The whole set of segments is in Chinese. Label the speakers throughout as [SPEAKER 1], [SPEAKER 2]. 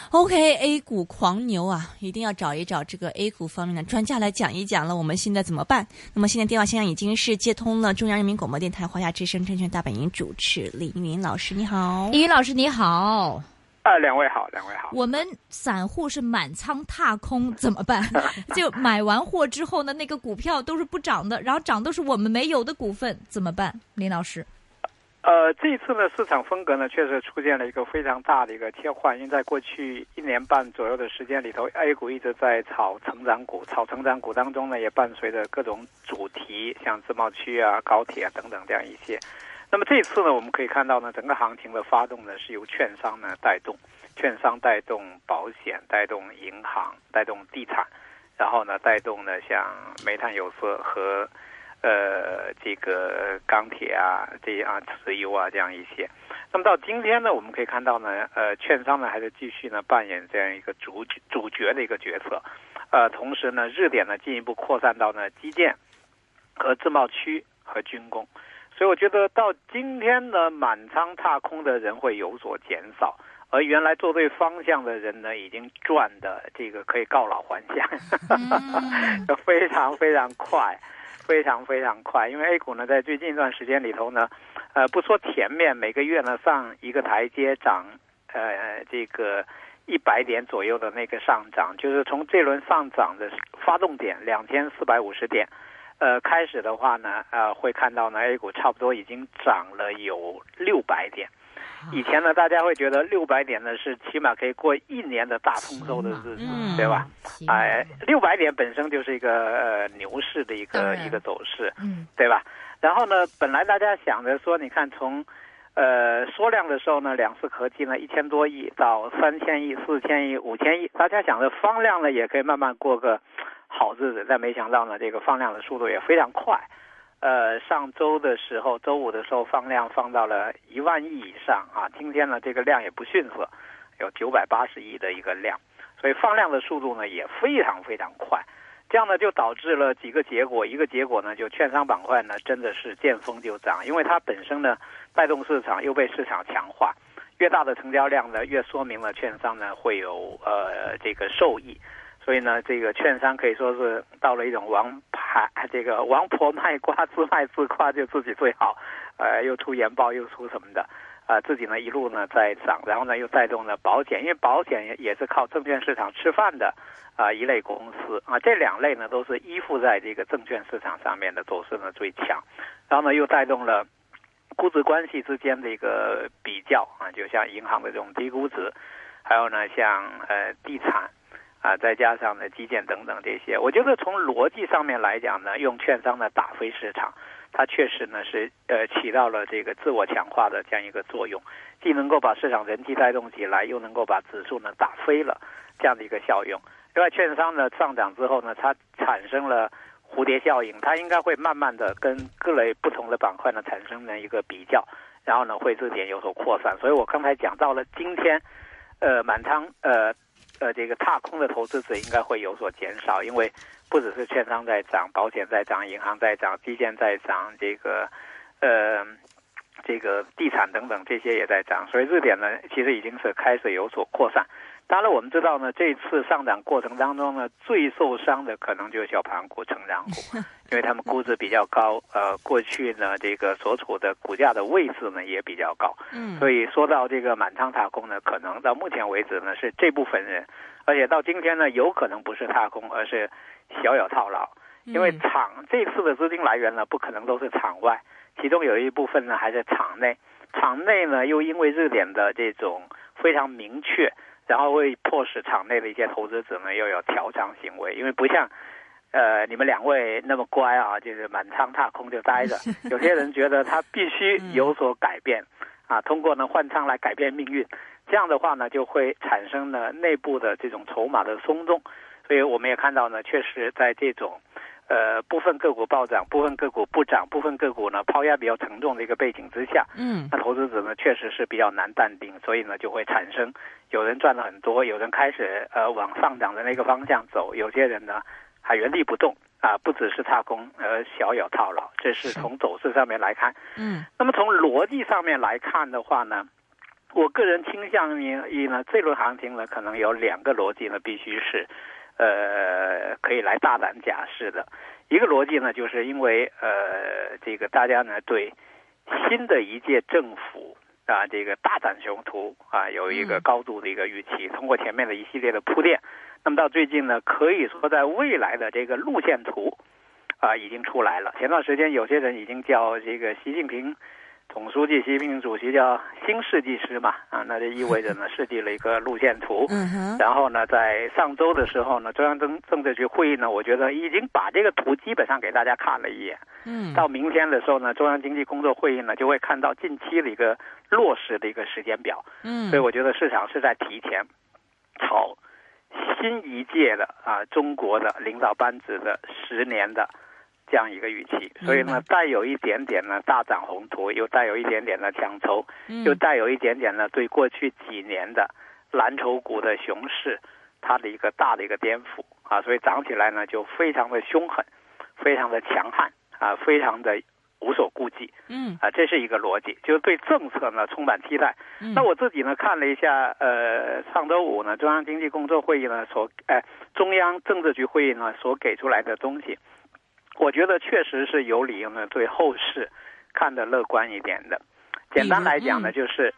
[SPEAKER 1] OK，A 股狂牛啊，一定要找一找这个 A 股方面的专家来讲一讲了，我们现在怎么办？那么现在电话线上已经是接通了中央人民广播电台华夏之声证券大本营主持李云老师，你好。
[SPEAKER 2] 李云老师你好。
[SPEAKER 3] 两位好。
[SPEAKER 2] 我们散户是满仓踏空怎么办？就买完货之后呢，那个股票都是不涨的，然后涨都是我们没有的股份，怎么办？林老师。
[SPEAKER 3] 这一次呢，市场风格呢，确实出现了一个非常大的一个切换。因为在过去1年半左右的时间里头 ，A 股一直在炒成长股，炒成长股当中呢，也伴随着各种主题，像自贸区啊、高铁啊等等这样一些。那么这一次呢，我们可以看到呢，整个行情的发动呢，是由券商呢带动，券商带动保险，带动银行，带动地产，然后呢，带动呢像煤炭、有色和这个钢铁啊，石油啊这样一些。那么到今天呢，我们可以看到呢，券商呢还是继续呢扮演这样一个主角的一个角色，同时呢，热点呢进一步扩散到呢基建和自贸区和军工。所以我觉得到今天呢，满仓踏空的人会有所减少，而原来做对方向的人呢，已经赚的这个可以告老还乡，非常非常快。非常非常快，因为 A 股呢，在最近一段时间里头呢，不说前面每个月呢上一个台阶涨，这个100点左右的那个上涨，就是从这轮上涨的发动点2450点，开始的话呢，会看到呢 A 股差不多已经涨了有600点。以前呢，大家会觉得600点呢是起码可以过1年的大丰收的日子，对吧？600点本身就是一个牛市的一个走势，对吧？然后呢，本来大家想着说，你看从缩量的时候呢，2次合计呢1000多亿到3000亿、4000亿、5000亿，大家想着放量呢也可以慢慢过个好日子，但没想到呢，这个放量的速度也非常快。上周的时候，周五的时候放量放到了1万亿以上啊，今天呢这个量也不逊色，有980亿的一个量，所以放量的速度呢也非常非常快，这样呢就导致了几个结果，一个结果呢就券商板块呢真的是见风就涨，因为它本身呢带动市场又被市场强化，越大的成交量呢越说明了券商呢会有这个受益。所以呢，这个券商可以说是到了一种王婆卖瓜，自卖自夸就自己最好，又出研报又出什么的，自己呢一路呢在涨，然后呢又带动了保险，因为保险也是靠证券市场吃饭的一类公司啊，这2类呢都是依附在这个证券市场上面的走势呢最强，然后呢又带动了估值关系之间的一个比较啊，就像银行的这种低估值，还有呢像地产。再加上呢基建等等这些，我觉得从逻辑上面来讲呢，用券商呢打飞市场，它确实呢是起到了这个自我强化的这样一个作用，既能够把市场人气带动起来，又能够把指数呢打飞了这样的一个效用。另外，券商呢上涨之后呢，它产生了蝴蝶效应，它应该会慢慢的跟各类不同的板块呢产生了一个比较，然后呢会热点有所扩散。所以我刚才讲到了今天，满仓这个踏空的投资者应该会有所减少，因为不只是券商在涨，保险在涨，银行在涨，基建在涨，这个地产等等这些也在涨，所以热点呢其实已经是开始有所扩散。当然我们知道呢，这次上涨过程当中呢，最受伤的可能就是小盘股、成长股，因为他们估值比较高，过去呢这个所处的股价的位置呢也比较高，所以说到这个满仓踏空呢，可能到目前为止呢是这部分人，而且到今天呢有可能不是踏空，而是小有套牢，因为这次的资金来源呢不可能都是场外，其中有一部分呢还在场内，场内呢又因为热点的这种非常明确。然后会迫使场内的一些投资者呢又有调仓行为，因为不像你们2位那么乖啊，就是满仓踏空就待着。有些人觉得他必须有所改变啊，通过呢换仓来改变命运。这样的话呢，就会产生呢内部的这种筹码的松动。所以我们也看到呢，确实在这种部分个股暴涨，部分个股不涨，部分个股呢抛压比较沉重的一个背景之下，那投资者呢确实是比较难淡定，所以呢就会产生有人赚了很多，有人开始往上涨的那个方向走，有些人呢还原地不动啊，不只是踏空，小有套牢，这是从走势上面来看。那么从逻辑上面来看的话呢， 我个人倾向于呢，这轮行情呢，可能有2个逻辑呢，必须是，可以来大胆假设的。一个逻辑呢，就是因为这个大家呢对新的一届政府啊，这个大展宏图啊，有一个高度的一个预期。通过前面的一系列的铺垫，那么到最近呢，可以说在未来的这个路线图啊已经出来了。前段时间有些人已经叫这个习近平总书记、习近平主席叫新设计师嘛，啊，那就意味着呢设计了一个路线图。然后呢，在上周的时候呢，中央政治局会议呢，我觉得已经把这个图基本上给大家看了一眼。到明天的时候呢，中央经济工作会议呢就会看到近期的一个落实的一个时间表。所以我觉得市场是在提前炒新一届的啊中国的领导班子的10年的这样一个预期，所以呢，带有一点点呢大展宏图，又带有一点点的强筹，又带有一点点呢对过去几年的蓝筹股的熊市它的一个大的一个颠覆啊，所以涨起来呢就非常的凶狠，非常的强悍啊，非常的无所顾忌。这是一个逻辑，就是对政策呢充满期待。那我自己呢看了一下，上周五呢中央经济工作会议呢中央政治局会议呢所给出来的东西，我觉得确实是有理由呢对后市看得乐观一点的。简单来讲呢，就是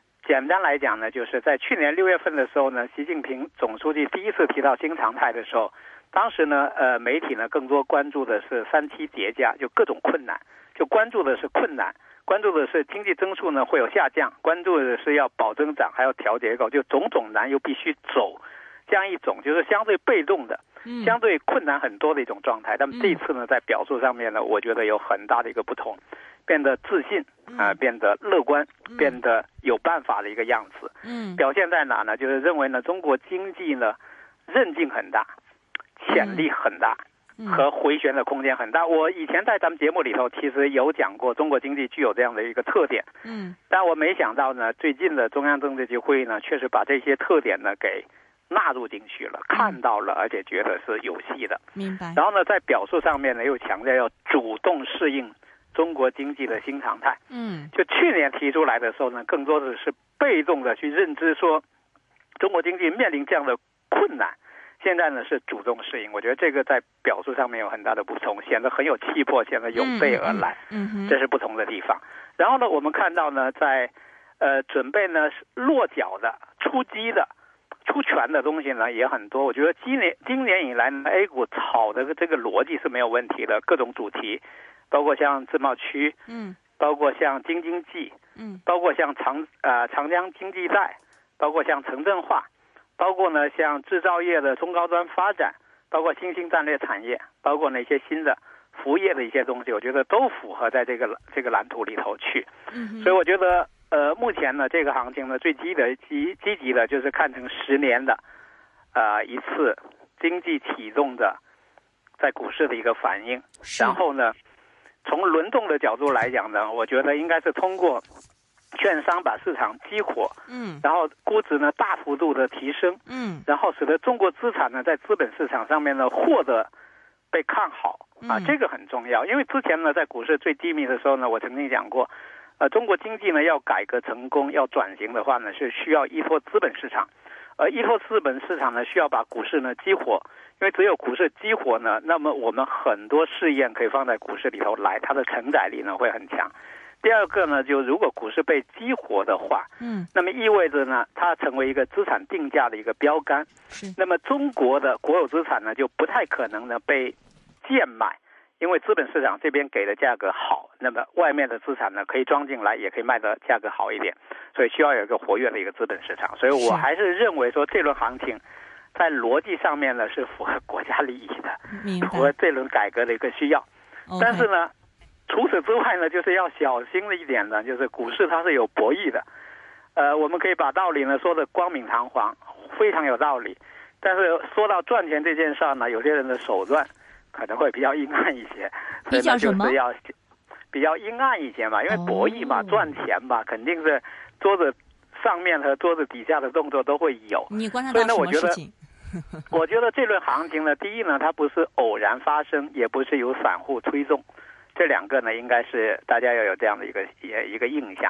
[SPEAKER 3] 在去年6月份的时候呢，习近平总书记第一次提到新常态的时候，当时呢媒体呢更多关注的是3期叠加，就各种困难，就关注的是困难，关注的是经济增速呢会有下降，关注的是要保增长，还要调结构，就种种难又必须走，这样一种就是相对被动的，相对困难很多的一种状态。但这一次呢，在表述上面呢，我觉得有很大的一个不同，变得自信啊，变得乐观，变得有办法的一个样子。表现在哪呢？就是认为呢，中国经济呢韧劲很大，潜力很大，和回旋的空间很大。我以前在咱们节目里头其实有讲过，中国经济具有这样的一个特点。但我没想到呢，最近的中央政治局会议呢，确实把这些特点呢给纳入进去了，看到了，而且觉得是有戏的。
[SPEAKER 1] 明白。
[SPEAKER 3] 然后呢，在表述上面呢，又强调要主动适应中国经济的新常态。就去年提出来的时候呢，更多的是被动的去认知说，中国经济面临这样的困难。现在呢是主动适应，我觉得这个在表述上面有很大的不同，显得很有气魄，显得有备而来。这是不同的地方。然后呢，我们看到呢，在准备呢落脚的、出击的、出拳的东西呢也很多。我觉得今年以来呢 ，A 股炒的这个逻辑是没有问题的，各种主题，包括像自贸区，包括像京津冀，包括像长江经济带，包括像城镇化。包括呢，像制造业的中高端发展，包括新兴战略产业，包括那些新的服务业的一些东西，我觉得都符合在这个蓝图里头去。所以我觉得，目前呢，这个行情呢，最积极的就是看成10年的，一次经济启动的在股市的一个反应。然后呢，从轮动的角度来讲呢，我觉得应该是通过券商把市场激活，然后估值呢大幅度的提升，然后使得中国资产呢在资本市场上面呢获得被看好啊，这个很重要。因为之前呢在股市最低迷的时候呢，我曾经讲过，中国经济呢要改革成功，要转型的话呢，是需要依托资本市场，依托资本市场呢需要把股市呢激活，因为只有股市激活呢，那么我们很多试验可以放在股市里头来，它的承载力呢会很强。第二个呢，就如果股市被激活的话，那么意味着呢，它成为一个资产定价的一个标杆。那么中国的国有资产呢，就不太可能呢被贱卖，因为资本市场这边给的价格好，那么外面的资产呢可以装进来，也可以卖的价格好一点，所以需要有一个活跃的一个资本市场。所以我还是认为说这轮行情在逻辑上面呢是符合国家利益的，符合这轮改革的一个需要。但是呢，除此之外呢，就是要小心的一点呢，就是股市它是有博弈的。我们可以把道理呢说的光明堂皇，非常有道理。但是说到赚钱这件事呢，有些人的手段可能会比较阴暗一些，所以呢就是要比较阴暗一些嘛，因为博弈嘛，赚钱嘛，肯定是桌子上面和桌子底下的动作都会有。
[SPEAKER 1] 你观察到什么事情？
[SPEAKER 3] 我觉得这轮行情呢，第一呢，它不是偶然发生，也不是由散户推动。这两个呢，应该是大家要有这样的一个印象，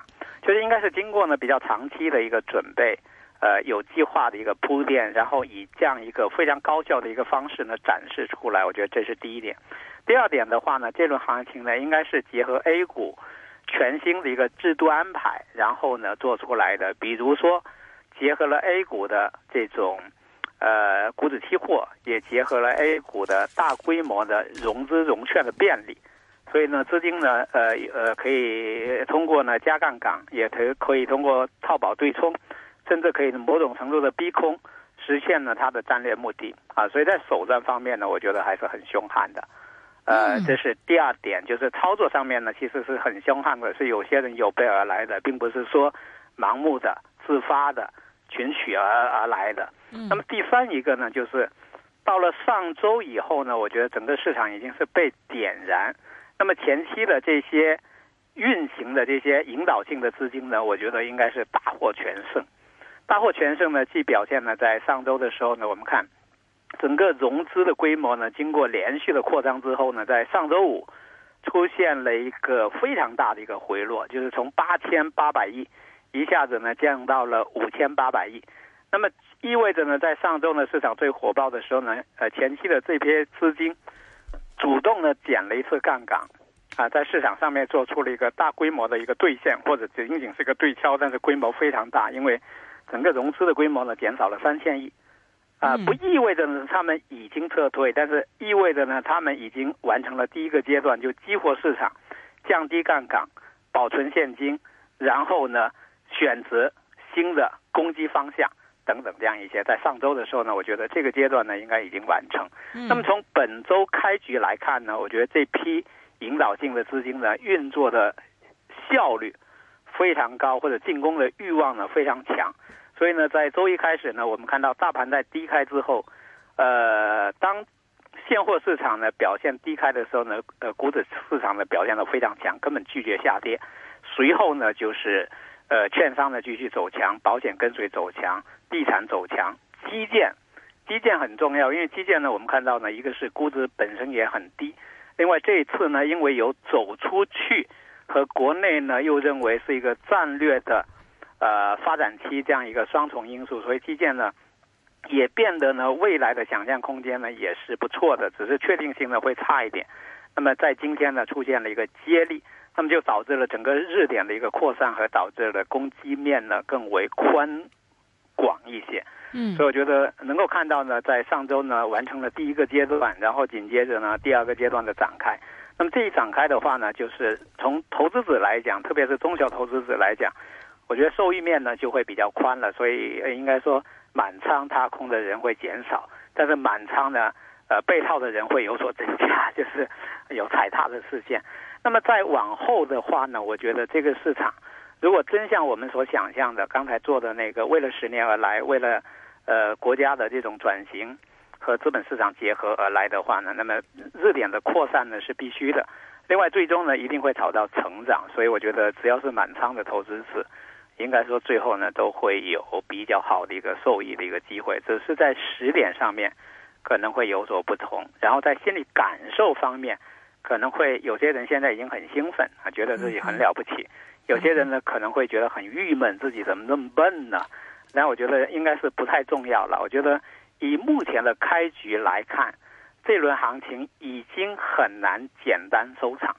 [SPEAKER 3] 就是应该是经过呢比较长期的一个准备，有计划的一个铺垫，然后以这样一个非常高效的一个方式呢展示出来，我觉得这是第一点。第二点的话呢，这轮行情呢应该是结合 A 股全新的一个制度安排，然后呢做出来的，比如说结合了 A 股的这种股指期货，也结合了 A 股的大规模的融资融券的便利，所以呢资金呢可以通过呢加杠杆，也可以通过套保对冲，甚至可以某种程度的逼空，实现呢它的战略目的啊。所以在手段方面呢，我觉得还是很凶悍的。这是第二点，就是操作上面呢，其实是很凶悍的，是有些人有备而来的，并不是说盲目的、自发的、群起而来的。那么第三一个呢，就是到了上周以后呢，我觉得整个市场已经是被点燃。那么前期的这些运行的这些引导性的资金呢，我觉得应该是大获全胜。大获全胜呢，既表现呢在上周的时候呢，我们看整个融资的规模呢，经过连续的扩张之后呢，在上周五出现了一个非常大的一个回落，就是从8800亿一下子呢降到了5800亿。那么意味着呢，在上周呢市场最火爆的时候呢，前期的这批资金主动的减了一次杠杆啊，在市场上面做出了一个大规模的一个兑现，或者仅仅是一个对敲，但是规模非常大，因为整个融资的规模呢减少了3000亿。不意味着呢他们已经撤退，但是意味着呢他们已经完成了第一个阶段，就激活市场，降低杠杆，保存现金，然后呢选择新的攻击方向等等这样一些。在上周的时候呢，我觉得这个阶段呢应该已经完成。那么从本周开局来看呢，我觉得这批引导性的资金呢运作的效率非常高，或者进攻的欲望呢非常强。所以呢，在周一开始呢，我们看到大盘在低开之后，当现货市场呢表现低开的时候呢，股指市场呢表现得非常强，根本拒绝下跌。随后呢，就是券商呢继续走强，保险跟随走强，地产走强，基建很重要，因为基建呢，我们看到呢，一个是估值本身也很低，另外这一次呢，因为有走出去和国内呢又认为是一个战略的发展期这样一个双重因素，所以基建呢也变得呢未来的想象空间呢也是不错的，只是确定性呢会差一点。那么在今天呢出现了一个接力，那么就导致了整个日点的一个扩散，和导致了攻击面呢更为宽广一些。所以我觉得能够看到呢，在上周呢完成了第一个阶段，然后紧接着呢第二个阶段的展开。那么这一展开的话呢，就是从投资者来讲，特别是中小投资者来讲，我觉得受益面呢就会比较宽了，所以应该说满仓踏空的人会减少，但是满仓呢被套的人会有所增加，就是有踩踏的事件。那么再往后的话呢，我觉得这个市场如果真像我们所想象的，刚才做的那个为了10年而来，为了国家的这种转型和资本市场结合而来的话呢，那么热点的扩散呢是必须的。另外最终呢一定会炒到成长，所以我觉得只要是满仓的投资者，应该说最后呢都会有比较好的一个受益的一个机会，只是在时点上面可能会有所不同，然后在心理感受方面可能会有些人现在已经很兴奋啊，觉得自己很了不起，有些人呢可能会觉得很郁闷，自己怎么那么笨呢？但我觉得应该是不太重要了。我觉得以目前的开局来看，这轮行情已经很难简单收场。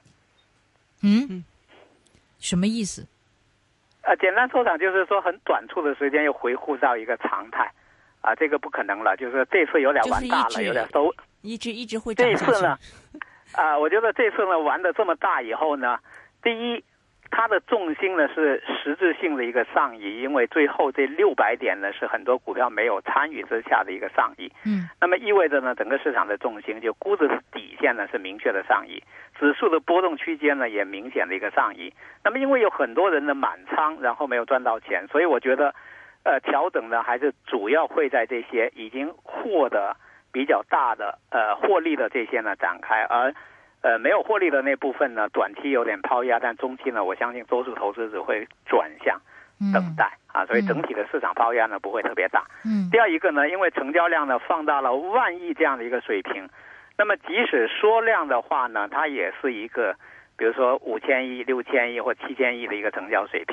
[SPEAKER 2] 什么意思？
[SPEAKER 3] 简单收场就是说很短促的时间又回复到一个常态啊，这个不可能了，就是这次有点玩大了，有点收，一直会涨下去。这次呢我觉得这次呢玩的这么大以后呢，第一它的重心呢是实质性的一个上移，因为最后这600点呢是很多股票没有参与之下的一个上移。那么意味着呢整个市场的重心就估值底线呢是明确的上移，指数的波动区间呢也明显的一个上移。那么因为有很多人的满仓然后没有赚到钱，所以我觉得调整呢还是主要会在这些已经获得比较大的获利的这些呢展开，而没有获利的那部分呢，短期有点抛压，但中期呢，我相信多数投资者会转向等待啊，所以整体的市场抛压呢不会特别大。第二一个呢，因为成交量呢放大了10000亿这样的一个水平，那么即使缩量的话呢，它也是一个比如说5000亿、6000亿或7000亿的一个成交水平。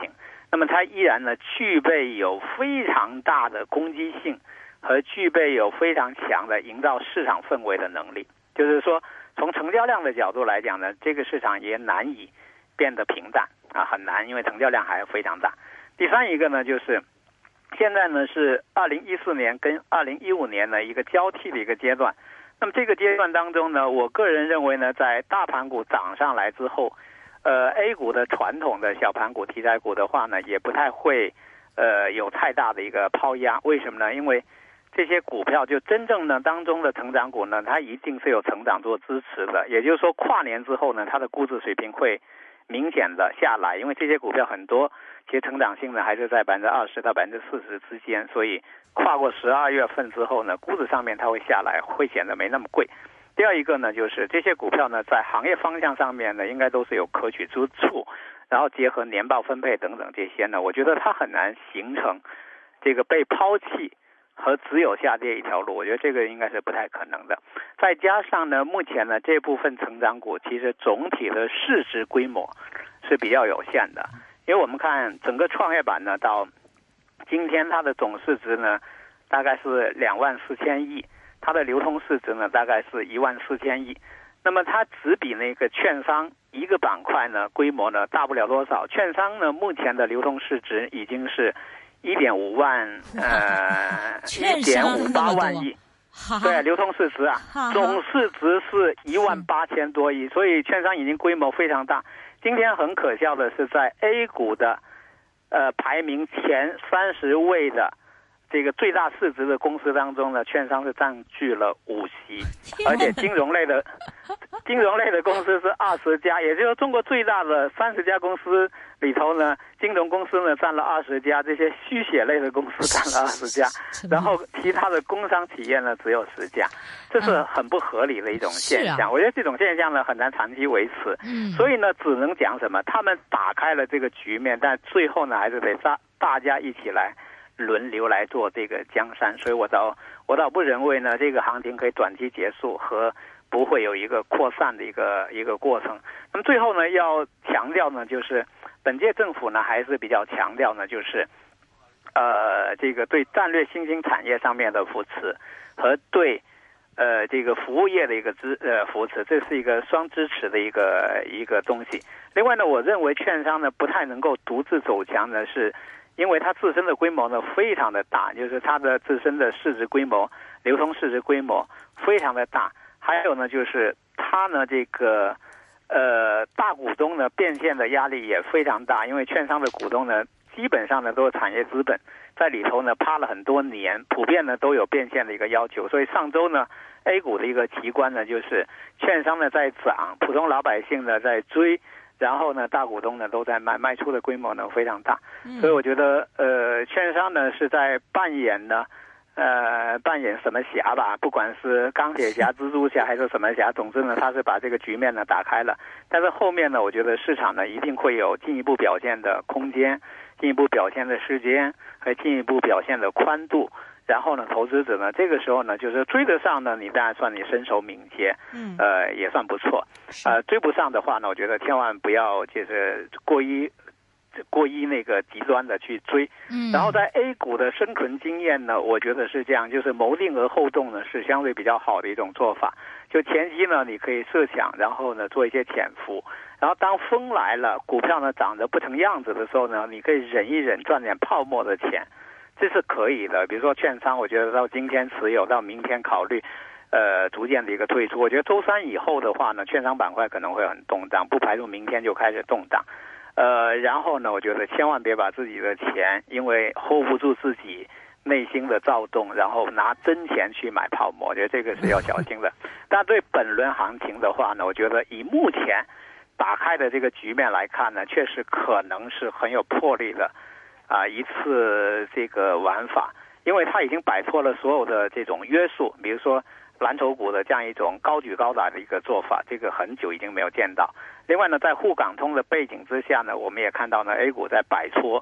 [SPEAKER 3] 那么它依然呢具备有非常大的攻击性和具备有非常强的营造市场氛围的能力。就是说从成交量的角度来讲呢，这个市场也难以变得平淡啊，很难，因为成交量还非常大。第三一个呢，就是现在呢是2014年跟2015年的一个交替的一个阶段。那么这个阶段当中呢，我个人认为呢，在大盘股涨上来之后，A 股的传统的小盘股、题材股的话呢，也不太会有太大的一个抛压。为什么呢？因为这些股票就真正呢当中的成长股呢，它一定是有成长做支持的。也就是说，跨年之后呢，它的估值水平会明显的下来，因为这些股票很多其实成长性呢还是在20%到40%之间，所以跨过12月份之后呢，估值上面它会下来，会显得没那么贵。第二一个呢，就是这些股票呢在行业方向上面呢，应该都是有可取之处，然后结合年报分配等等这些呢，我觉得它很难形成这个被抛弃和只有下跌一条路，我觉得这个应该是不太可能的。再加上呢，目前呢这部分成长股其实总体的市值规模是比较有限的，因为我们看整个创业板呢到今天它的总市值呢大概是24000亿，它的流通市值呢大概是14000亿，那么它只比那个券商一个板块呢规模呢大不了多少。券商呢目前的流通市值已经是1.5万1.58万亿，对，流通市值啊，总市值是18000多亿，所以券商已经规模非常大。今天很可笑的是，在 A 股的排名前30位的这个最大市值的公司当中呢，券商是占据了5席，而且金融类的公司是20家，也就是中国最大的30家公司里头呢，金融公司呢占了20家，这些虚血类的公司占了20家，然后其他的工商企业呢只有10家，这是很不合理的一种现象。我觉得这种现象呢很难长期维持，所以呢只能讲什么，他们打开了这个局面，但最后呢还是得大家一起来轮流来做这个江山。所以我倒不认为呢这个行情可以短期结束和不会有一个扩散的一个过程。那么最后呢要强调呢，就是本届政府呢还是比较强调呢，就是这个对战略新兴产业上面的扶持和对这个服务业的一个扶持，这是一个双支持的一个东西。另外呢，我认为券商呢不太能够独自走强呢，是因为它自身的规模呢非常的大，就是它的自身的市值规模、流通市值规模非常的大。还有呢，就是它呢这个大股东呢变现的压力也非常大，因为券商的股东呢基本上呢都是产业资本，在里头呢趴了很多年，普遍呢都有变现的一个要求。所以上周呢 A 股的一个奇观呢，就是券商呢在涨，普通老百姓呢在追，然后呢大股东呢都在卖出的规模呢非常大。所以我觉得券商呢是在扮演什么侠吧，不管是钢铁侠、蜘蛛侠还是什么侠，总之呢他是把这个局面呢打开了。但是后面呢我觉得市场呢一定会有进一步表现的空间，进一步表现的时间和进一步表现的宽度。然后呢投资者呢这个时候呢就是追得上呢，你当然算你身手敏捷，也算不错。追不上的话呢，我觉得千万不要就是过于那个极端的去追。然后在 A 股的生存经验呢，我觉得是这样，就是谋定而后动呢是相对比较好的一种做法。就前期呢你可以设想，然后呢做一些潜伏，然后当风来了，股票呢涨得不成样子的时候呢，你可以忍一忍，赚点泡沫的钱，这是可以的。比如说券商，我觉得到今天持有，到明天考虑逐渐的一个退出。我觉得周三以后的话呢，券商板块可能会很动荡，不排除明天就开始动荡。然后呢，我觉得千万别把自己的钱因为 hold 不住自己内心的躁动，然后拿真钱去买泡沫，我觉得这个是要小心的。但对本轮行情的话呢，我觉得以目前打开的这个局面来看呢，确实可能是很有魄力的一次这个玩法，因为它已经摆脱了所有的这种约束，比如说蓝筹股的这样一种高举高打的一个做法，这个很久已经没有见到。另外呢，在沪港通的背景之下呢，我们也看到呢 A 股在摆脱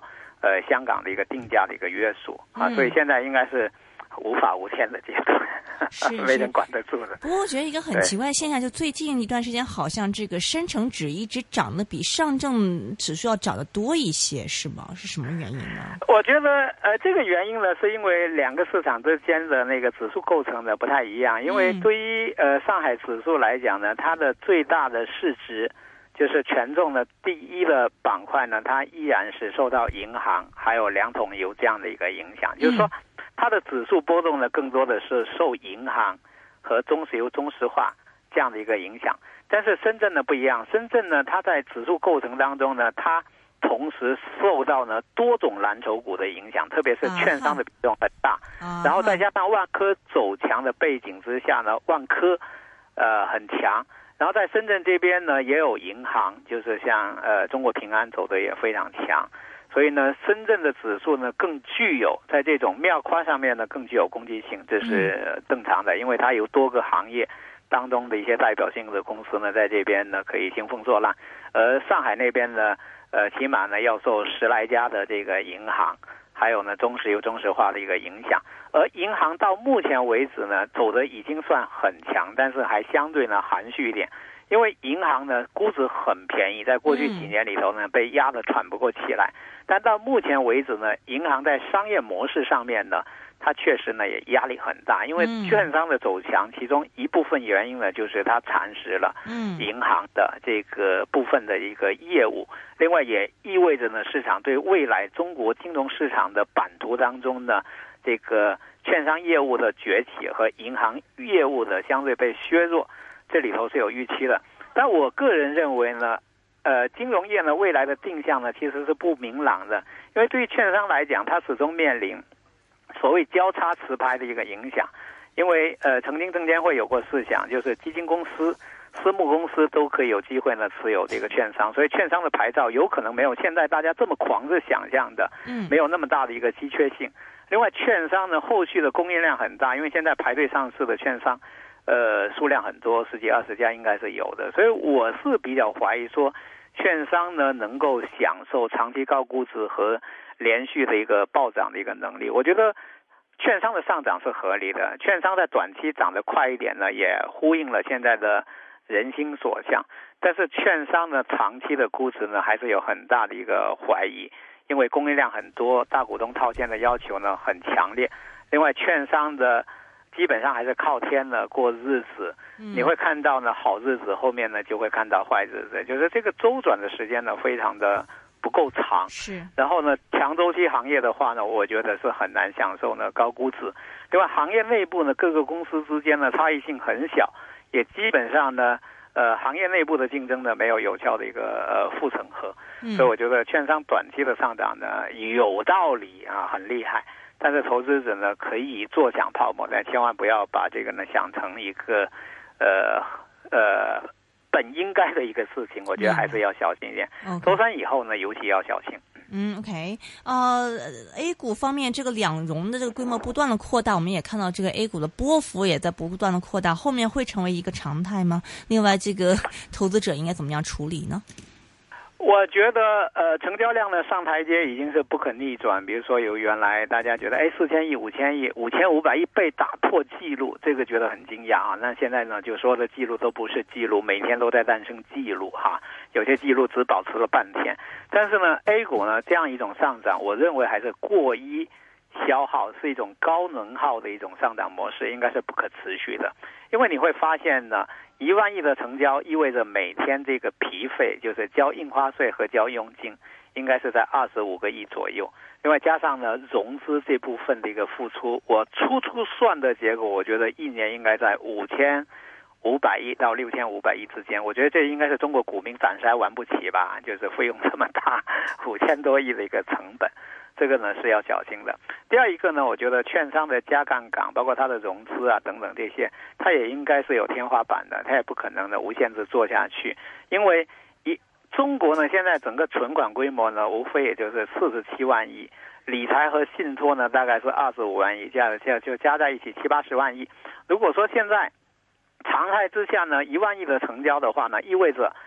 [SPEAKER 3] 香港的一个定价的一个约束啊，所以现在应该是无法无天的阶段，没人管得住的。
[SPEAKER 1] 不过我觉得一个很奇怪的现象，就最近一段时间，好像这个深成指一直涨得比上证指数要涨得多一些，是吗？是什么原因呢？
[SPEAKER 3] 我觉得这个原因呢，是因为两个市场之间的那个指数构成的不太一样。因为对于上海指数来讲呢，它的最大的市值就是权重的第一的板块呢，它依然是受到银行还有2桶油这样的一个影响，就是说它的指数波动呢，更多的是受银行和中石油、中石化这样的一个影响。但是深圳呢不一样，深圳呢它在指数构成当中呢，它同时受到呢多种蓝筹股的影响，特别是券商的比重很大，然后再加上万科走强的背景之下呢，万科很强。然后在深圳这边呢，也有银行，就是像中国平安走的也非常强，所以呢，深圳的指数呢更具有在这种庙框上面呢更具有攻击性，这是正常的，因为它有多个行业当中的一些代表性的公司呢，在这边呢可以兴风作浪，而上海那边呢，起码呢要受10来家的这个银行，还有呢中石油、中石化的一个影响。而银行到目前为止呢，走的已经算很强，但是还相对呢含蓄一点，因为银行呢估值很便宜，在过去几年里头呢被压得喘不过气来。但到目前为止呢，银行在商业模式上面呢，它确实呢也压力很大，因为券商的走强，其中一部分原因呢就是它蚕食了银行的这个部分的一个业务，另外也意味着呢市场对未来中国金融市场的版图当中呢，这个券商业务的崛起和银行业务的相对被削弱，这里头是有预期的。但我个人认为呢，金融业呢未来的定向呢其实是不明朗的，因为对于券商来讲，它始终面临所谓交叉持牌的一个影响。因为曾经证监会有过试想，就是基金公司、私募公司都可以有机会呢持有这个券商，所以券商的牌照有可能没有现在大家这么狂热想象的，没有那么大的一个稀缺性。另外，券商呢后续的供应量很大，因为现在排队上市的券商，数量很多，10几20家应该是有的，所以我是比较怀疑说，券商呢能够享受长期高估值和连续的一个暴涨的一个能力。我觉得券商的上涨是合理的，券商在短期涨得快一点呢，也呼应了现在的人心所向。但是券商呢长期的估值呢还是有很大的一个怀疑，因为供应量很多，大股东套现的要求呢很强烈。另外，券商的基本上还是靠天呢过日子，你会看到呢好日子后面呢就会看到坏日子，就是这个周转的时间呢非常的不够长。
[SPEAKER 1] 是。
[SPEAKER 3] 然后呢，强周期行业的话呢，我觉得是很难享受呢高估值。另外，行业内部呢各个公司之间的差异性很小，也基本上呢行业内部的竞争呢没有有效的一个护城河。所以我觉得券商短期的上涨呢有道理啊，很厉害。但是投资者呢可以坐享泡沫，但千万不要把这个呢想成一个本应该的一个事情，我觉得还是要小心一点。周三以后呢尤其要小心。
[SPEAKER 1] OK， A 股方面这个两融的这个规模不断的扩大，我们也看到这个 A 股的波幅也在不断的扩大，后面会成为一个常态吗？另外，这个投资者应该怎么样处理呢？
[SPEAKER 3] 我觉得成交量呢上台阶已经是不可逆转。比如说有原来大家觉得4000亿、5000亿、5500亿被打破记录，这个觉得很惊讶啊。那现在呢就说的记录都不是记录，每天都在诞生记录哈，有些记录只保持了半天。但是呢 A 股呢这样一种上涨，我认为还是过于消耗，是一种高能耗的一种上涨模式，应该是不可持续的。因为你会发现呢1万亿的成交意味着每天这个皮费，就是交印花税和交佣金，应该是在25个亿左右。另外加上呢融资这部分的一个付出，我初算的结果，我觉得一年应该在5500亿到6500亿之间。我觉得这应该是中国股民暂时还玩不起吧，就是费用这么大，5000多亿的一个成本。这个呢是要小心的。第二一个呢，我觉得券商的加杠杆，包括它的融资啊等等这些，它也应该是有天花板的，它也不可能的无限制做下去。因为中国呢现在整个存款规模呢，无非也就是47万亿，理财和信托呢大概是25万亿，这样就加在一起70-80万亿。如果说现在常态之下呢1万亿的成交的话呢，意味着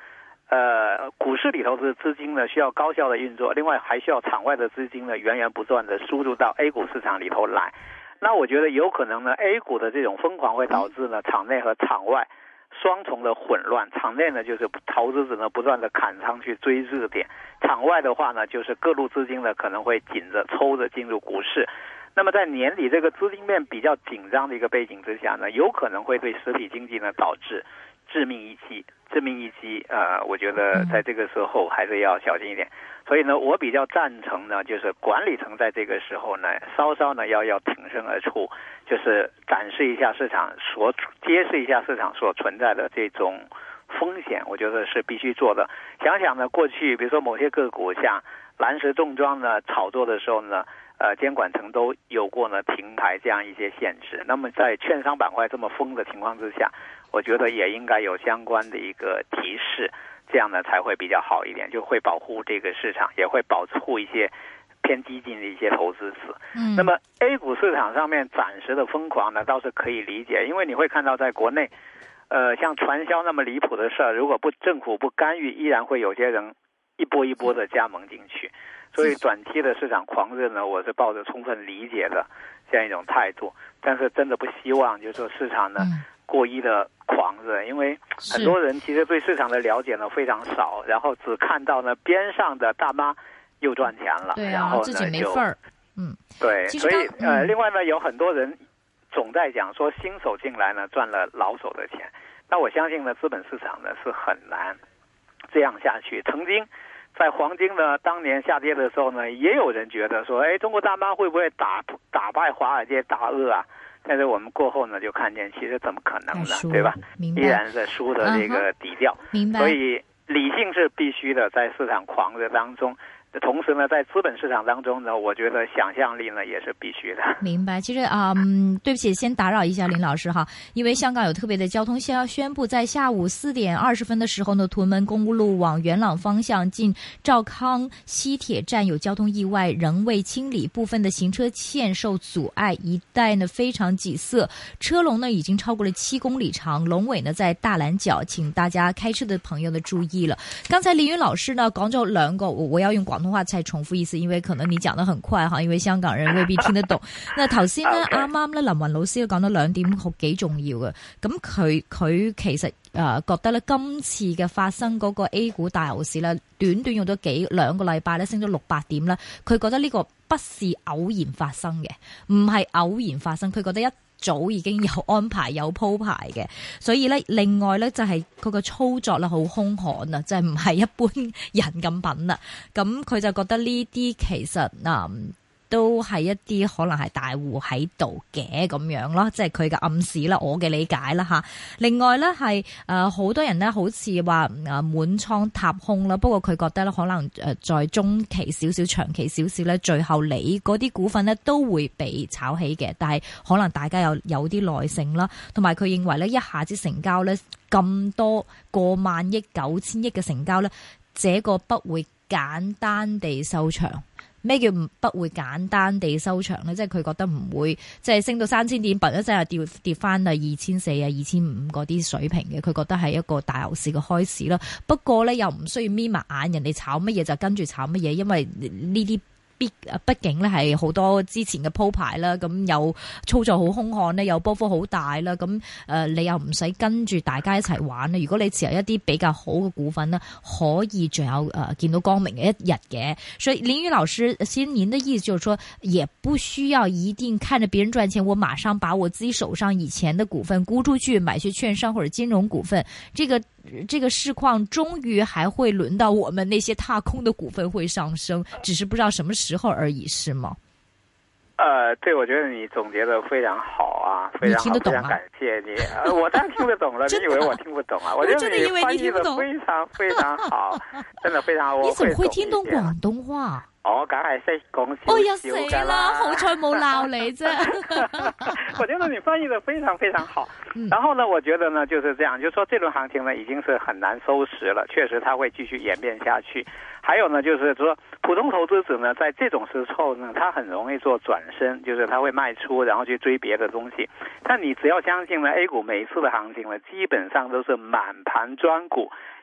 [SPEAKER 3] 股市里头的资金呢需要高效的运作，另外还需要场外的资金呢源源不断的输入到 A 股市场里头来。那我觉得有可能呢 A 股的这种疯狂会导致呢场内和场外双重的混乱。场内呢就是投资者呢不断的砍仓去追热点，场外的话呢就是各路资金呢可能会紧着抽着进入股市。那么在年底这个资金面比较紧张的一个背景之下呢，有可能会对实体经济呢导致致命一击。我觉得在这个时候还是要小心一点。所以呢，我比较赞成呢，就是管理层在这个时候呢，稍稍呢要挺身而出，就是揭示一下市场所存在的这种风险，我觉得是必须做的。想想呢，过去比如说某些个股像蓝石重装呢炒作的时候呢，监管层都有过呢停牌这样一些限制。那么在券商板块这么疯的情况之下，我觉得也应该有相关的一个提示，这样呢才会比较好一点，就会保护这个市场，也会保护一些偏激进的一些投资者。那么 A 股市场上面暂时的疯狂呢倒是可以理解，因为你会看到在国内像传销那么离谱的事儿，如果政府不干预，依然会有些人一波一波的加盟进去。所以短期的市场狂热呢，我是抱着充分理解的这样一种态度，但是真的不希望就是说市场呢过于的狂热，因为很多人其实对市场的了解呢非常少，然后只看到呢边上的大妈又赚钱了，
[SPEAKER 2] 对啊，
[SPEAKER 3] 然后呢
[SPEAKER 2] 自己没份儿。
[SPEAKER 3] 对，所以另外呢有很多人总在讲说新手进来呢赚了老手的钱，那我相信呢资本市场呢是很难这样下去。曾经在黄金呢当年下跌的时候呢，也有人觉得说，中国大妈会不会打败华尔街大鳄啊？但是我们过后呢就看见其实怎么可能呢，对吧？依然是输的这个底调。所以理性是必须的，在市场狂热当中。同时呢，在资本市场当中呢，我觉得想象力呢也是必须的。
[SPEAKER 2] 明白。其实对不起，先打扰一下林老师哈，因为香港有特别的交通宣布，在下午4点20分的时候呢，屯门公路往元朗方向近兆康西铁站有交通意外，仍未清理，部分的行车线受阻碍，一带呢非常挤塞，车龙呢已经超过了7公里长，龙尾呢在大欖角，請大家開車的朋友呢注意了。剛才林雲老師呢講咗兩個，我要用廣東話再重複一次，因為可能你講得很快哈，因為香港人未必聽得懂。那頭先呢啱啱咧林雲老師講咗2點好幾重要嘅，咁佢其實覺得咧今次嘅發生嗰個 A 股大牛市咧，短短用咗2個禮拜咧升咗600點咧，佢覺得呢個不是偶然發生嘅，唔係偶然發生，佢覺得一早已經有安排有鋪排嘅，所以咧另外咧就係佢個操作咧好兇悍啊，即係唔係一般人咁品啦。咁佢就覺得呢啲其實都係一啲可能係大戶喺度嘅咁樣咯，即係佢嘅暗示啦，我嘅理解啦吓。另外咧係好多人咧好似話滿倉踏空啦，不過佢覺得咧可能在中期少少、長期少少咧，最後你嗰啲股份咧都會被炒起嘅，但係可能大家有啲耐性啦，同埋佢認為咧一下子成交咧咁多過萬億、9000億嘅成交咧，這個不會簡單地收場。咩叫不會簡單地收場咧？即係佢覺得唔會，即係升到3000點，突然間又跌翻嚟2400啊、2500嗰啲水平嘅。佢覺得係一個大牛市嘅開始啦。不過咧，又唔需要眯埋眼，人哋炒乜嘢就跟住炒乜嘢，因為呢啲畢竟咧係好多之前嘅鋪排啦，咁有操作好兇悍咧，有波幅好大啦，咁你又唔使跟住大家一齊玩咧。如果你持有一啲比較好嘅股份呢，可以仲有見到光明嘅一日嘅。所以林宇老師，其實您的意思就是說，也不需要一定看着別人賺錢，我馬上把我自己手上以前的股份沽出去，買去券商或者金融股份。這個市況終於還會輪到我們那些踏空的股份會上升，只是不知道什麼時候而已，是嗎？
[SPEAKER 3] 對，我覺得你總結得非常好啊，非常好，非常感謝你。我當然聽得懂了，你以為我聽不懂啊？我真的以為你聽不懂。非常非常好，真的非常好。
[SPEAKER 2] 你怎麼會聽懂廣東話？
[SPEAKER 3] 我梗係識講少少㗎啦。
[SPEAKER 2] 哦呀死啦，好彩冇鬧你啫。
[SPEAKER 3] 我覺得你翻譯得非常非常好。然後呢，我覺得呢就是這樣，就是說這輪行情呢已經是很難收拾了，確實它會繼續演變下去。還有呢，就是說普通投資者呢，在這種時候呢，他很容易做轉身，就是他會賣出，然後去追別的東西。但你只要相信呢 A 股每一次的行情呢，基本上都是滿盤專股。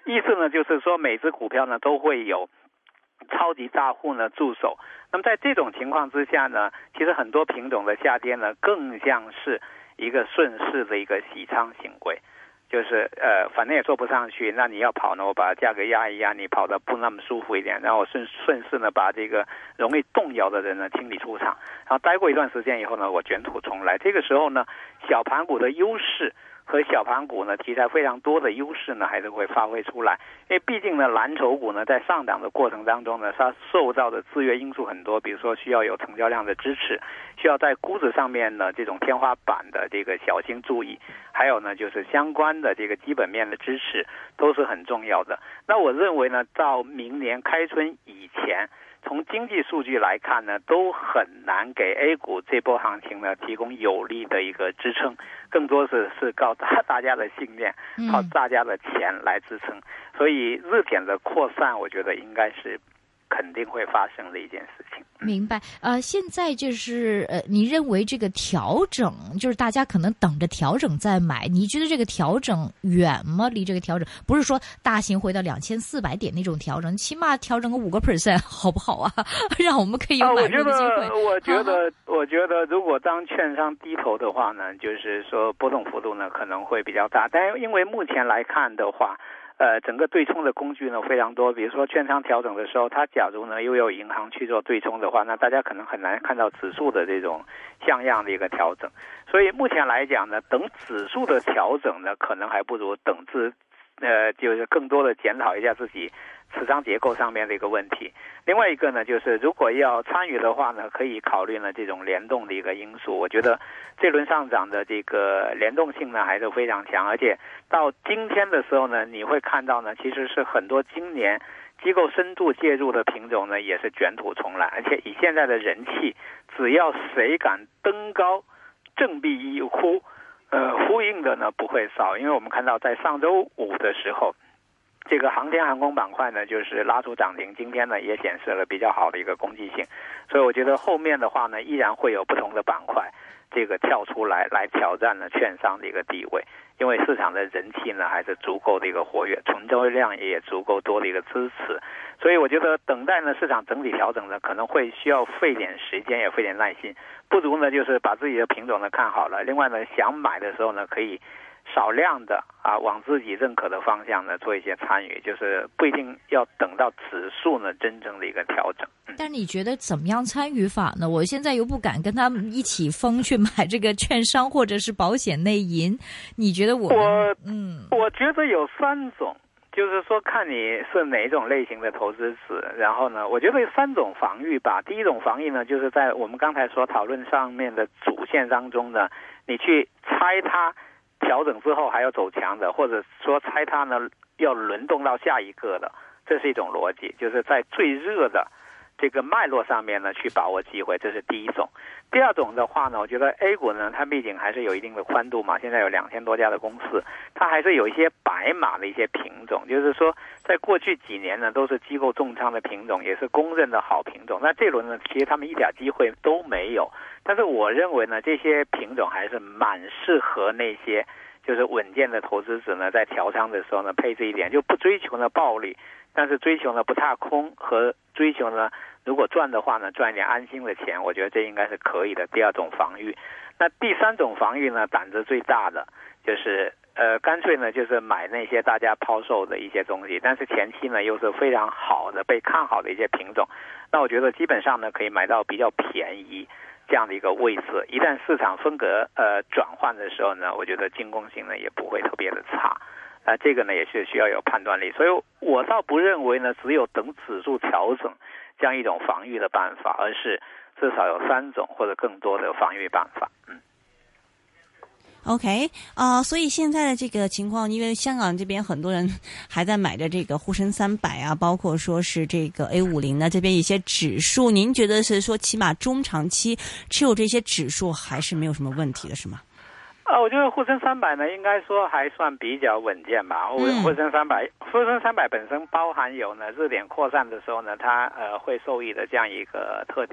[SPEAKER 3] 意思呢就是说每只股票呢都会有超级大户呢驻守。那么在这种情况之下呢，其实很多品种的下跌呢更像是一个顺势的一个洗仓行为，就是反正也做不上去，那你要跑呢，我把价格压一压，你跑得不那么舒服一点，然后我顺势呢把这个容易动摇的人呢清理出场，然后待过一段时间以后呢，我卷土重来。这个时候呢，小盘股的优势和小盘股呢题材非常多的优势呢还是会发挥出来，因为毕竟呢蓝筹股呢在上涨的过程当中呢，它受到的制约因素很多，比如说需要有成交量的支持，需要在估值上面呢这种天花板的这个小心注意，还有呢就是相关的这个基本面的支持都是很重要的。那我认为呢到明年开春以前，从经济数据来看呢，都很难给 A 股这波行情呢提供有力的一个支撑，更多是靠大家的信念，靠大家的钱来支撑。所以热点的扩散，我觉得应该是肯定会发生的一件事情。
[SPEAKER 2] 明白。现在就是你认为这个调整，就是大家可能等着调整再买，你觉得这个调整远吗？离这个调整不是说大型回到2400点那种调整，起码调整个5%好不好啊？让我们可以有买入的机会。
[SPEAKER 3] 我觉得如果当券商低头的话呢，就是说波动幅度呢可能会比较大，但因为目前来看的话，整个对冲的工具呢非常多，比如说券商调整的时候，它假如呢又有银行去做对冲的话，那大家可能很难看到指数的这种像样的一个调整。所以目前来讲呢，等指数的调整呢，可能还不如等就是更多的检讨一下自己持仓结构上面的一个问题。另外一个呢，就是如果要参与的话呢，可以考虑呢这种联动的一个因素。我觉得这轮上涨的这个联动性呢还是非常强，而且到今天的时候呢，你会看到呢，其实是很多今年机构深度介入的品种呢也是卷土重来，而且以现在的人气，只要谁敢登高振臂一呼，呼应的呢不会少。因为我们看到在上周五的时候，这个航天航空板块呢就是拉出涨停，今天呢也显示了比较好的一个攻击性，所以我觉得后面的话呢依然会有不同的板块这个跳出来挑战了券商的一个地位，因为市场的人气呢还是足够的一个活跃，成交量也足够多的一个支持，所以我觉得等待呢市场整体调整呢可能会需要费点时间，也费点耐心，不如呢就是把自己的品种呢看好了，另外呢想买的时候呢可以少量的往自己认可的方向呢做一些参与，就是不一定要等到指数呢真正的一个调整。
[SPEAKER 2] 但你觉得怎么样参与法呢？我现在又不敢跟他们一起疯去买这个券商或者是保险内银，你觉得我
[SPEAKER 3] 觉得有3种，就是说看你是哪种类型的投资者，然后呢我觉得有3种防御吧。第一种防御呢，就是在我们刚才所讨论上面的主线当中呢，你去猜它调整之后还要走强的，或者说猜它呢要轮动到下一个的，这是一种逻辑，就是在最热的这个脉络上面呢去把握机会，这是第一种。第二种的话呢，我觉得 A 股呢它毕竟还是有一定的宽度嘛，现在有2000多家的公司，它还是有一些白马的一些品种，就是说在过去几年呢都是机构重仓的品种，也是公认的好品种。那这轮呢其实他们一点机会都没有，但是我认为呢这些品种还是蛮适合那些就是稳健的投资者呢在调仓的时候呢配置一点，就不追求呢暴利，但是追求呢不踏空，和追求呢如果赚的话呢赚一点安心的钱，我觉得这应该是可以的。第二种防御。那第3种防御呢，胆子最大的就是干脆呢就是买那些大家抛售的一些东西，但是前期呢又是非常好的被看好的一些品种，那我觉得基本上呢可以买到比较便宜这样的一个位置。一旦市场风格转换的时候呢，我觉得进攻性呢也不会特别的差。这个呢也是需要有判断力，所以我倒不认为呢只有等指数调整这样一种防御的办法，而是至少有3种或者更多的防御办法。
[SPEAKER 1] OK， 所以现在的这个情况，因为香港这边很多人还在买着这个沪深300啊，包括说是这个 A50 呢，这边一些指数，您觉得是说起码中长期持有这些指数还是没有什么问题的，是吗？
[SPEAKER 3] 我觉得沪深300呢，应该说还算比较稳健吧。沪深300本身包含有呢热点扩散的时候呢，它会受益的这样一个特点。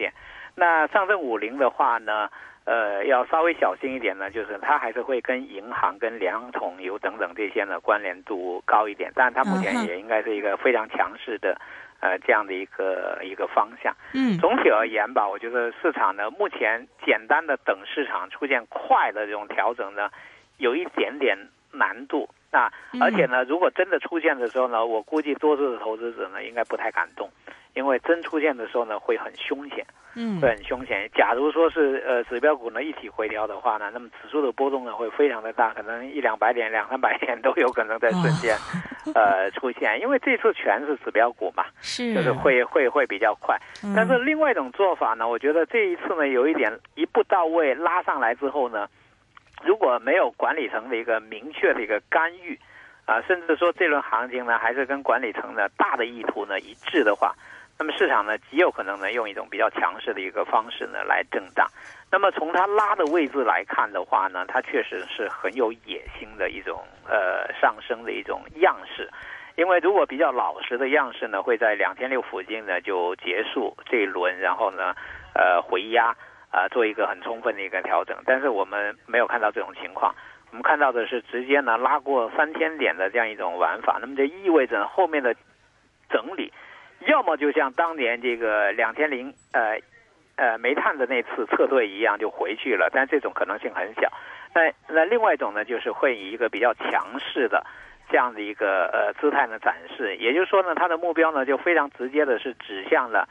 [SPEAKER 3] 那上证50的话呢，要稍微小心一点呢，就是它还是会跟银行、跟联航、统油等等这些呢关联度高一点，但它目前也应该是一个非常强势的这样的一个方向。总体而言吧，我觉得市场呢目前简单的等市场出现快的这种调整呢，有一点点难度。那而且呢，如果真的出现的时候呢，我估计多数的投资者呢应该不太敢动，因为真出现的时候呢会很凶险，会很凶险。假如说是指标股呢一起回调的话呢，那么指数的波动呢会非常的大，可能100-200点、200-300点都有可能在瞬间出现，因为这次全是指标股嘛，就是会比较快。但是另外一种做法呢，我觉得这一次呢有一点一步到位拉上来之后呢，如果没有管理层的一个明确的一个干预甚至说这轮行情呢还是跟管理层的大的意图呢一致的话，那么市场呢极有可能呢用一种比较强势的一个方式呢来震荡。那么从它拉的位置来看的话呢，它确实是很有野心的一种上升的一种样式。因为如果比较老实的样式呢，会在2006附近呢就结束这一轮，然后呢回压做一个很充分的一个调整。但是我们没有看到这种情况，我们看到的是直接呢拉过3000点的这样一种玩法。那么这意味着后面的整理要么就像当年这个2000煤炭的那次撤退一样就回去了，但这种可能性很小。那另外一种呢，就是会以一个比较强势的这样的一个姿态呢展示。也就是说呢，它的目标呢就非常直接的是指向了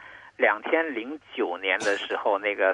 [SPEAKER 3] 2009年的时候那个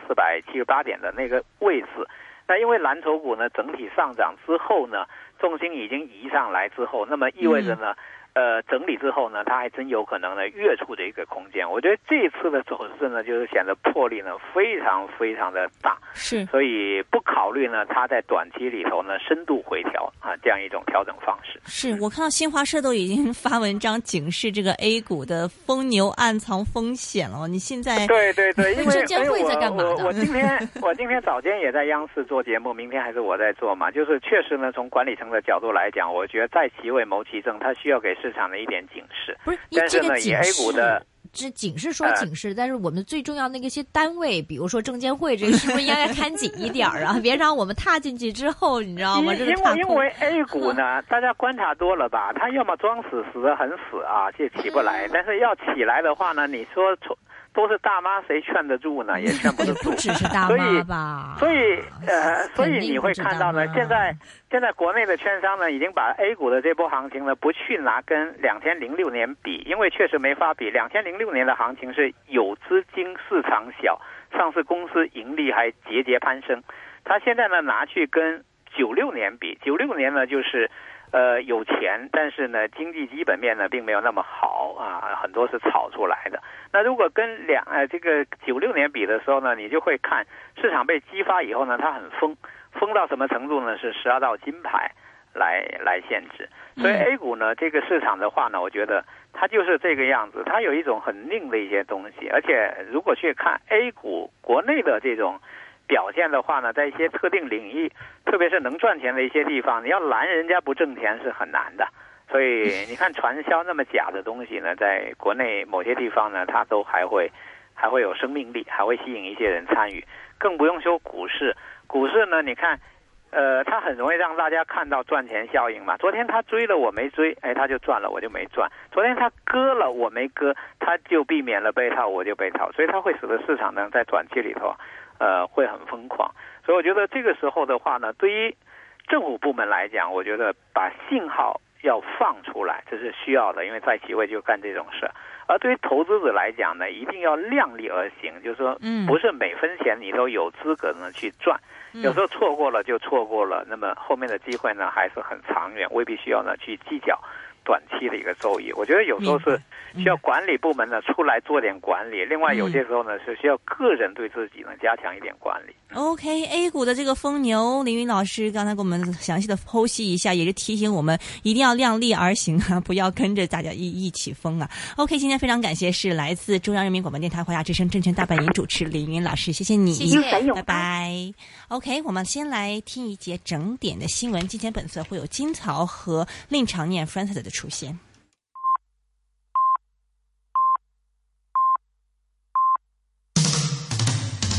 [SPEAKER 3] 3478点的那个位置。那因为蓝筹股呢整体上涨之后呢，重心已经移上来之后，那么意味着呢整理之后呢，它还真有可能呢跃出这个空间。我觉得这一次的走势呢，就是显得魄力呢非常非常的大，
[SPEAKER 1] 是，
[SPEAKER 3] 所以不考虑呢它在短期里头呢深度回调这样一种调整方式。
[SPEAKER 1] 是我看到新华社都已经发文章警示这个 A 股的疯牛暗藏风险了。你现在
[SPEAKER 3] 对，因为
[SPEAKER 2] 证监会在干嘛的？
[SPEAKER 3] 我今天早间也在央视做节目，明天还是我在做嘛。就是确实呢，从管理层的角度来讲，我觉得在其位谋其政，它需要给市场的一点警示。
[SPEAKER 2] 不是，
[SPEAKER 3] 但是呢，以 A 股的
[SPEAKER 2] 这警示说警示，但是我们最重要的那些单位，比如说证监会，这个是不是应该看紧一点啊？别让我们踏进去之后，你知道吗？
[SPEAKER 3] 因为 A 股呢，大家观察多了吧，它要么装死死得很死就起不来，但是要起来的话呢，你说都是大妈，谁劝得住呢？也劝不得住。
[SPEAKER 2] 不只是大妈吧？
[SPEAKER 3] 所以你会看到呢，现在国内的券商呢，已经把 A 股的这波行情呢，不去拿跟2006年比，因为确实没法比。2006年的行情是有资金市场小，上市公司盈利还节节攀升。他现在呢拿去跟96年比，96年呢就是有钱，但是呢经济基本面呢并没有那么好很多是炒出来的。那如果跟这个96年比的时候呢，你就会看市场被激发以后呢，它很疯到什么程度呢？是12道金牌来限制。所以 A 股呢这个市场的话呢，我觉得它就是这个样子，它有一种很拧的一些东西。而且如果去看 A 股国内的这种表现的话呢，在一些特定领域，特别是能赚钱的一些地方，你要拦人家不挣钱是很难的。所以你看传销那么假的东西呢，在国内某些地方呢，它都还会有生命力，还会吸引一些人参与。更不用说股市呢，你看它很容易让大家看到赚钱效应嘛。昨天他追了我没追，他就赚了我就没赚。昨天他割了我没割，他就避免了被套我就被套。所以它会使得市场呢在短期里头会很疯狂。所以我觉得这个时候的话呢，对于政府部门来讲，我觉得把信号要放出来，这是需要的，因为在其位就干这种事。而对于投资者来讲呢，一定要量力而行，就是说不是每分钱你都有资格呢去赚，有时候错过了就错过了，那么后面的机会呢还是很长远，未必需要呢去计较短期的一个收益。我觉得有时候是需要管理部门呢出来做点管理，另外有些时候呢是需要个人对自己呢加强一点管理。
[SPEAKER 1] OK，A 股的这个疯牛，凌云老师刚才给我们详细的剖析一下，也是提醒我们一定要量力而行不要跟着大家一起疯OK， 今天非常感谢是来自中央人民广播电台华夏之声证券大本营主持凌云老师，谢谢你，
[SPEAKER 2] 谢谢，
[SPEAKER 1] 拜拜。OK， 我们先来听一节整点的新闻。今天本色会有金曹和令常念 Francis 的出现。